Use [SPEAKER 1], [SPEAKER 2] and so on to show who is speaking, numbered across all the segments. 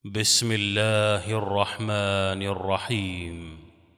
[SPEAKER 1] بسم الله الرحمن الرحيم.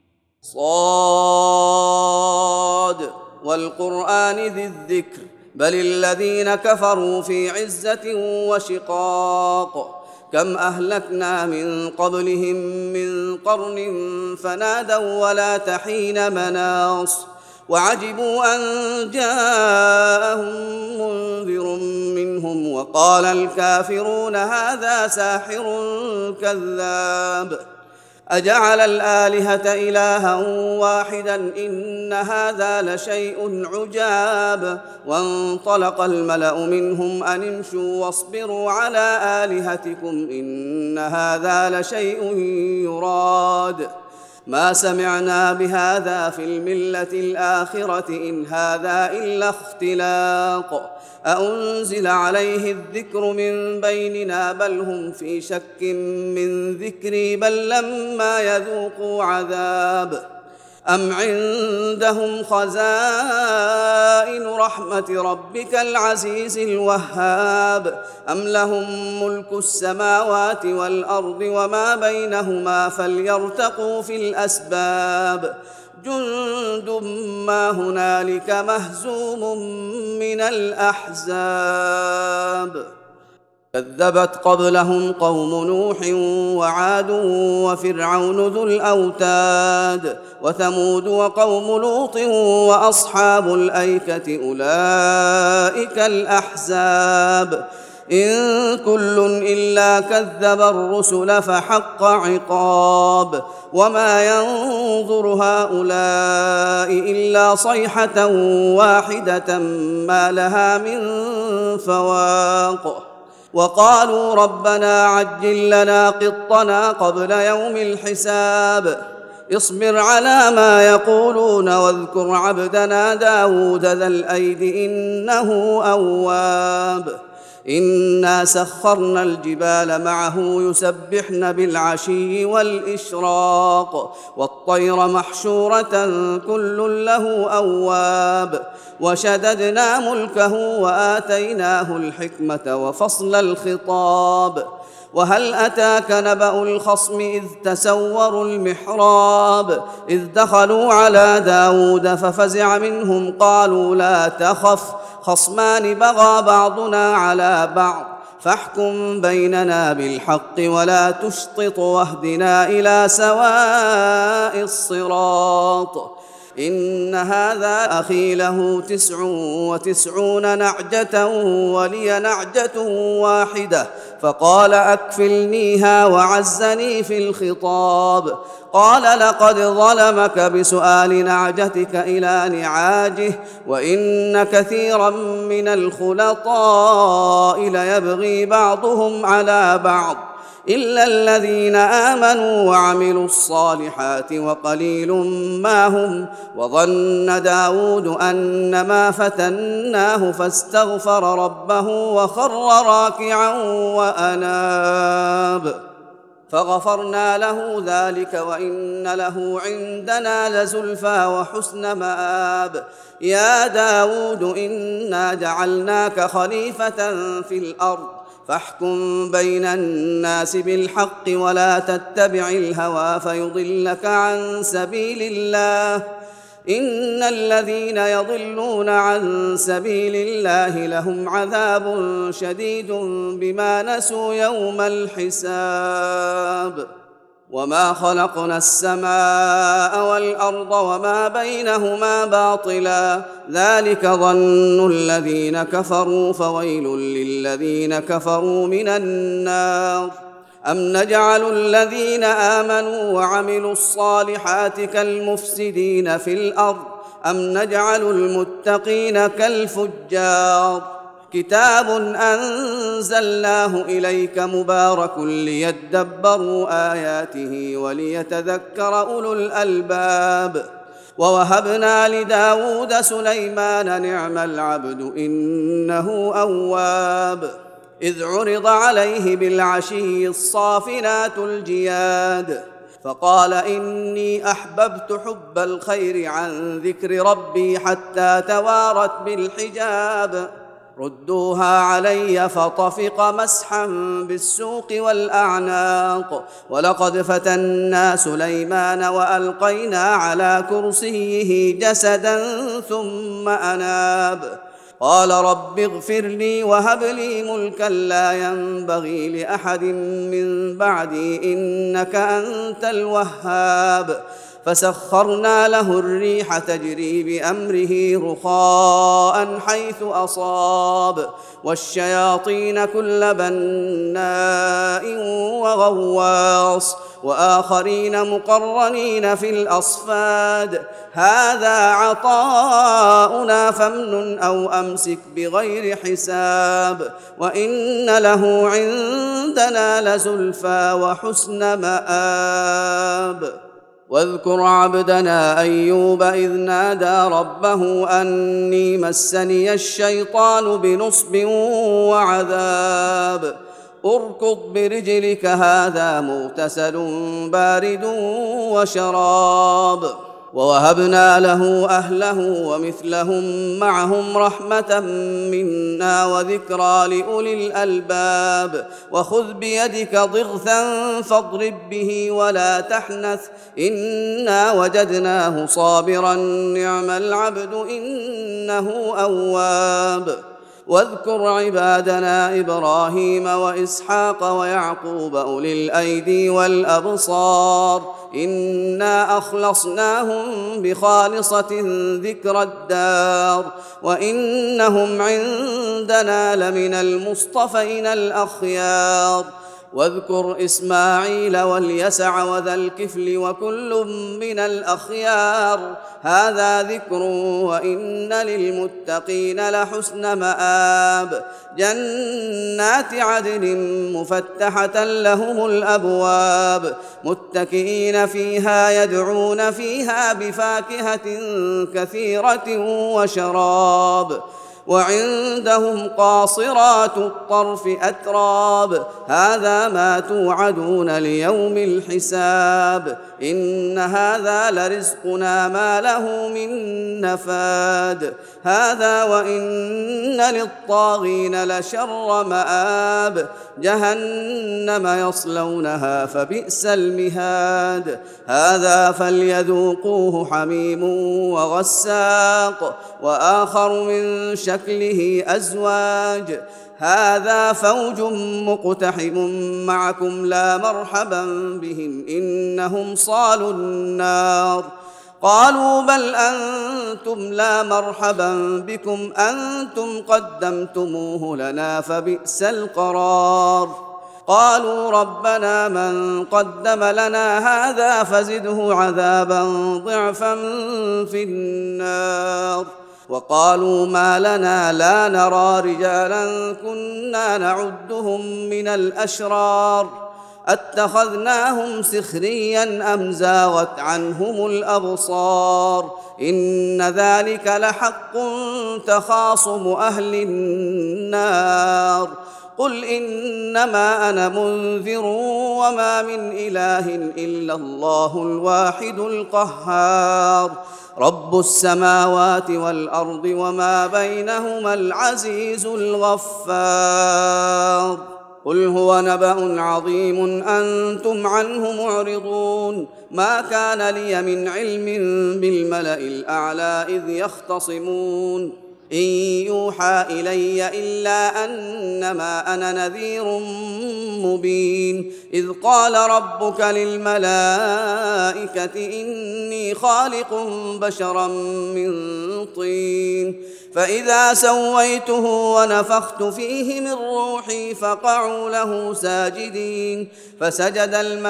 [SPEAKER 2] صاد والقرآن ذي الذكر بل الذين كفروا في عزة وشقاق كم أهلكنا من قبلهم من قرن فنادوا ولا تحين مناص وعجبوا أن جاءهم منذر منهم وقال الكافرون هذا ساحر كذاب أجعل الآلهة إلها واحدا إن هذا لشيء عجاب وانطلق الملأ منهم أن امشوا واصبروا على آلهتكم إن هذا لشيء يراد ما سمعنا بهذا في الملة الآخرة إن هذا إلا اختلاق أأنزل عليه الذكر من بيننا بل هم في شك من ذكري بل لما يذوقوا عذاب أم عندهم خزائن رحمة ربك العزيز الوهاب أم لهم ملك السماوات والأرض وما بينهما فليرتقوا في الأسباب جند ما هنالك مهزوم من الأحزاب كذبت قبلهم قوم نوح وعاد وفرعون ذو الأوتاد وثمود وقوم لوط وأصحاب الأيكة أولئك الأحزاب إن كل إلا كذب الرسل فحق عقاب وما ينظر هؤلاء إلا صيحة واحدة ما لها من فواق وقالوا ربنا عجل لنا قطنا قبل يوم الحساب اصبر على ما يقولون واذكر عبدنا داود ذا الأيد إنه أواب إنا سخرنا الجبال معه يسبحن بالعشي والإشراق والطير محشورة كل له أواب وشددنا ملكه وآتيناه الحكمة وفصل الخطاب وهل أتاك نبأ الخصم إذ تسوروا المحراب إذ دخلوا على داود ففزع منهم قالوا لا تخف خصمان بغى بعضنا على بعض فاحكم بيننا بالحق ولا تشطط واهدنا إلى سواء الصراط إن هذا أخي له 99 نعجة ولي نعجة واحدة فقال أكفلنيها وعزني في الخطاب قال لقد ظلمك بسؤال نعجتك إلى نعاجه وإن كثيرا من الخلطاء ليبغي بعضهم على بعض إلا الذين آمنوا وعملوا الصالحات وقليل ما هم وظن داود أنما فتناه فاستغفر ربه وخر راكعا وأناب فغفرنا له ذلك وإن له عندنا لزلفى وحسن مآب يا داود إنا جعلناك خليفة في الأرض فاحكم بين الناس بالحق ولا تتبع الهوى فيضلك عن سبيل الله إن الذين يضلون عن سبيل الله لهم عذاب شديد بما نسوا يوم الحساب وما خلقنا السماء والأرض وما بينهما باطلا ذلك ظن الذين كفروا فويل للذين كفروا من النار أم نجعل الذين آمنوا وعملوا الصالحات كالمفسدين في الأرض أم نجعل المتقين كالفجار كتاب أنزلناه إليك مبارك ليدبروا آياته وليتذكر أولو الألباب ووهبنا لداود سليمان نعم العبد إنه أواب إذ عرض عليه بالعشي الصافنات الجياد فقال إني أحببت حب الخير عن ذكر ربي حتى توارت بالحجاب ردوها علي فطفق مسحا بالسوق والأعناق. ولقد فتنا سليمان وألقينا على كرسيه جسدا ثم أناب. قال رب اغفر لي وهب لي ملكا لا ينبغي لأحد من بعدي إنك أنت الوهاب. فسخرنا له الريح تجري بأمره رخاء حيث أصاب والشياطين كل بناء وغواص وآخرين مقرنين في الأصفاد. هذا عطاؤنا فامنن أو أمسك بغير حساب وإن له عندنا لزلفى وحسن مآب. واذكر عبدنا أيوب إذ نادى ربه أني مسني الشيطان بنصب وعذاب. اركض برجلك هذا مغتسل بارد وشراب. ووهبنا له أهله ومثلهم معهم رحمة منا وذكرى لأولي الألباب. وخذ بيدك ضغثا فاضرب به ولا تحنث إنا وجدناه صابرا نعم العبد إنه أواب. واذكر عبادنا إبراهيم وإسحاق ويعقوب أولي الأيدي والأبصار إنا أخلصناهم بخالصة ذكر الدار وإنهم عندنا لمن المصطفين الأخيار. واذكر إسماعيل واليسع وذا الكفل وكل من الأخيار. هذا ذكر وإن للمتقين لحسن مآب. جنات عدن مفتحة لهم الأبواب متكئين فيها يدعون فيها بفاكهة كثيرة وشراب. وعندهم قاصرات الطرف أتراب. هذا ما توعدون ليوم الحساب إن هذا لرزقنا ما له من نفاد. هذا وإن للطاغين لشر مآب. جهنم يصلونها فبئس المهاد. هذا فليذوقوه حميم وغساق وآخر من شكله أزواج. هذا فوج مقتحم معكم لا مرحبا بهم إنهم صالوا النار. قالوا بل أنتم لا مرحبا بكم أنتم قدمتموه لنا فبئس القرار. قالوا ربنا من قدم لنا هذا فزده عذابا ضعفا في النار. وقالوا ما لنا لا نرى رجالا كنا نعدهم من الأشرار أتخذناهم سخريا أم زاغت عنهم الأبصار إن ذلك لحق تخاصم أهل النار. قل إنما أنا منذر وما من إله إلا الله الواحد القهار رب السماوات والأرض وما بينهما العزيز الغفار. قل هو نبأ عظيم أنتم عنه معرضون. ما كان لي من علم بالملأ الأعلى إذ يختصمون إن يوحى إلي إلا أنما أنا نذير مبين. إذ قال ربك للملائكة إني خالق بشرا من طين فإذا سويته ونفخت فيه من روحي فقعوا له ساجدين فسجد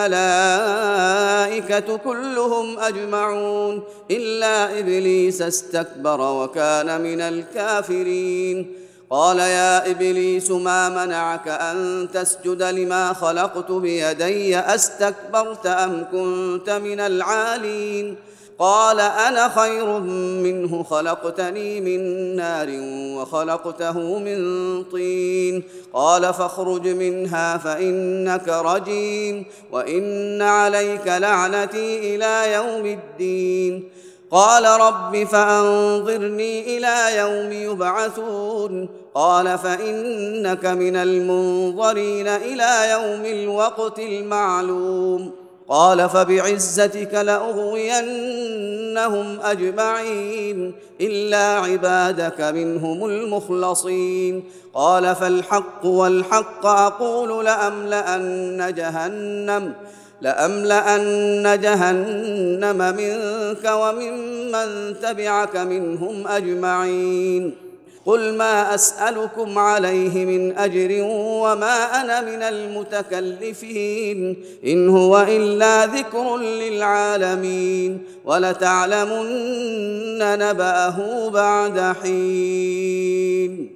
[SPEAKER 2] الملائكة كلهم أجمعون إلا إبليس استكبر وكان من الكافرين. قال يا إبليس ما منعك أن تسجد لما خلقت بيدي أستكبرت أم كنت من العالين؟ قال أنا خير منه خلقتني من نار وخلقته من طين. قال فاخرج منها فإنك رجيم وإن عليك لعنتي إلى يوم الدين. قال رب فأنظرني إلى يوم يبعثون. قال فإنك من المنظرين إلى يوم الوقت المعلوم قال فبعزتك لأغوينهم أجمعين إلا عبادك منهم المخلصين قال فالحق والحق أقول لأملأن جهنم منك وممن تبعك منهم أجمعين قل ما أسألكم عليه من أجر وما أنا من المتكلفين إن هو إلا ذكر للعالمين ولتعلمن نبأه بعد حين.